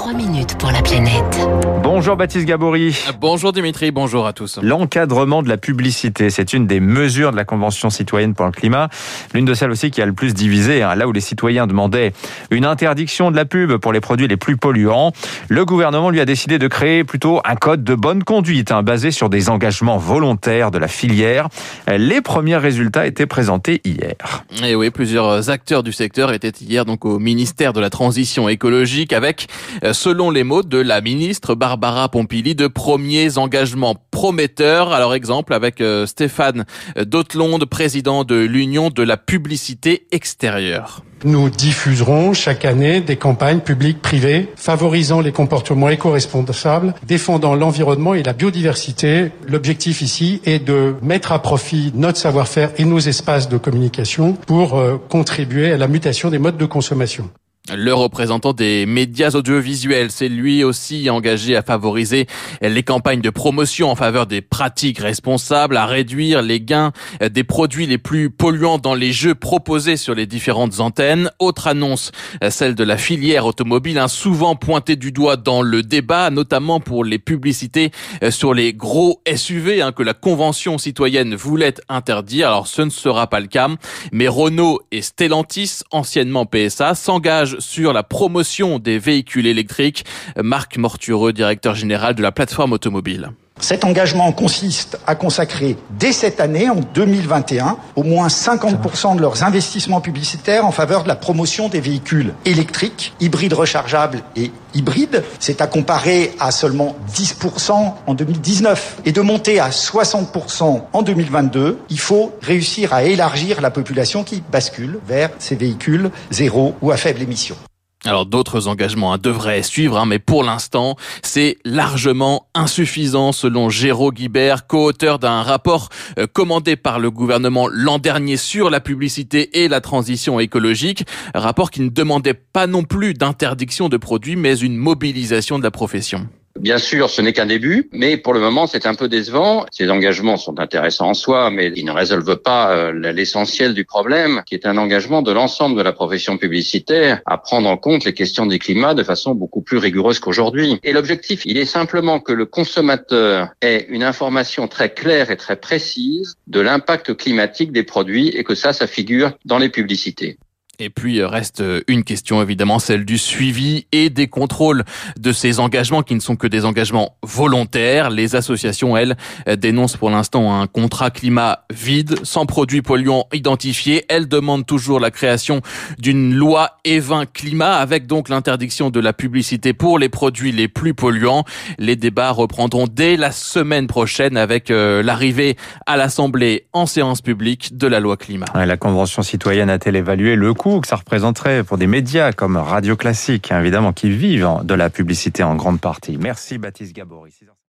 3 minutes pour la planète. Bonjour Baptiste Gabory. Bonjour Dimitri, bonjour à tous. L'encadrement de la publicité, c'est une des mesures de la Convention citoyenne pour le climat. L'une de celles aussi qui a le plus divisé, là où les citoyens demandaient une interdiction de la pub pour les produits les plus polluants. Le gouvernement lui a décidé de créer plutôt un code de bonne conduite, basé sur des engagements volontaires de la filière. Les premiers résultats étaient présentés hier. Et oui, plusieurs acteurs du secteur étaient hier donc au ministère de la Transition écologique avec, selon les mots de la ministre Barbara Pompili, de premiers engagements prometteurs. Alors exemple avec Stéphane Dautelonde, président de l'Union de la publicité extérieure. Nous diffuserons chaque année des campagnes publiques-privées favorisant les comportements éco-responsables, défendant l'environnement et la biodiversité. L'objectif ici est de mettre à profit notre savoir-faire et nos espaces de communication pour contribuer à la mutation des modes de consommation. Le représentant des médias audiovisuels s'est lui aussi engagé à favoriser les campagnes de promotion en faveur des pratiques responsables, à réduire les gains des produits les plus polluants dans les jeux proposés sur les différentes antennes. Autre annonce, celle de la filière automobile, souvent pointée du doigt dans le débat, notamment pour les publicités sur les gros SUV que la Convention citoyenne voulait interdire. Alors ce ne sera pas le cas, mais Renault et Stellantis, anciennement PSA, s'engagent sur la promotion des véhicules électriques. Marc Mortureux, directeur général de la plateforme automobile. Cet engagement consiste à consacrer dès cette année, en 2021, au moins 50% de leurs investissements publicitaires en faveur de la promotion des véhicules électriques, hybrides rechargeables et hybrides. C'est à comparer à seulement 10% en 2019 et de monter à 60% en 2022. Il faut réussir à élargir la population qui bascule vers ces véhicules zéro ou à faible émission. Alors d'autres engagements devraient suivre, mais pour l'instant, c'est largement insuffisant selon Géraud Guibert, co-auteur d'un rapport commandé par le gouvernement l'an dernier sur la publicité et la transition écologique. Un rapport qui ne demandait pas non plus d'interdiction de produits, mais une mobilisation de la profession. Bien sûr, ce n'est qu'un début, mais pour le moment, c'est un peu décevant. Ces engagements sont intéressants en soi, mais ils ne résolvent pas l'essentiel du problème, qui est un engagement de l'ensemble de la profession publicitaire à prendre en compte les questions du climat de façon beaucoup plus rigoureuse qu'aujourd'hui. Et l'objectif, il est simplement que le consommateur ait une information très claire et très précise de l'impact climatique des produits et que ça figure dans les publicités. Et puis reste une question évidemment, celle du suivi et des contrôles de ces engagements qui ne sont que des engagements volontaires. Les associations, elles, dénoncent pour l'instant un contrat climat vide, sans produits polluants identifiés. Elles demandent toujours la création d'une loi E20 climat avec donc l'interdiction de la publicité pour les produits les plus polluants. Les débats reprendront dès la semaine prochaine avec l'arrivée à l'Assemblée en séance publique de la loi climat. La Convention citoyenne a-t-elle évalué le coût que ça représenterait pour des médias comme Radio Classique, évidemment, qui vivent de la publicité en grande partie. Merci Baptiste Gabory.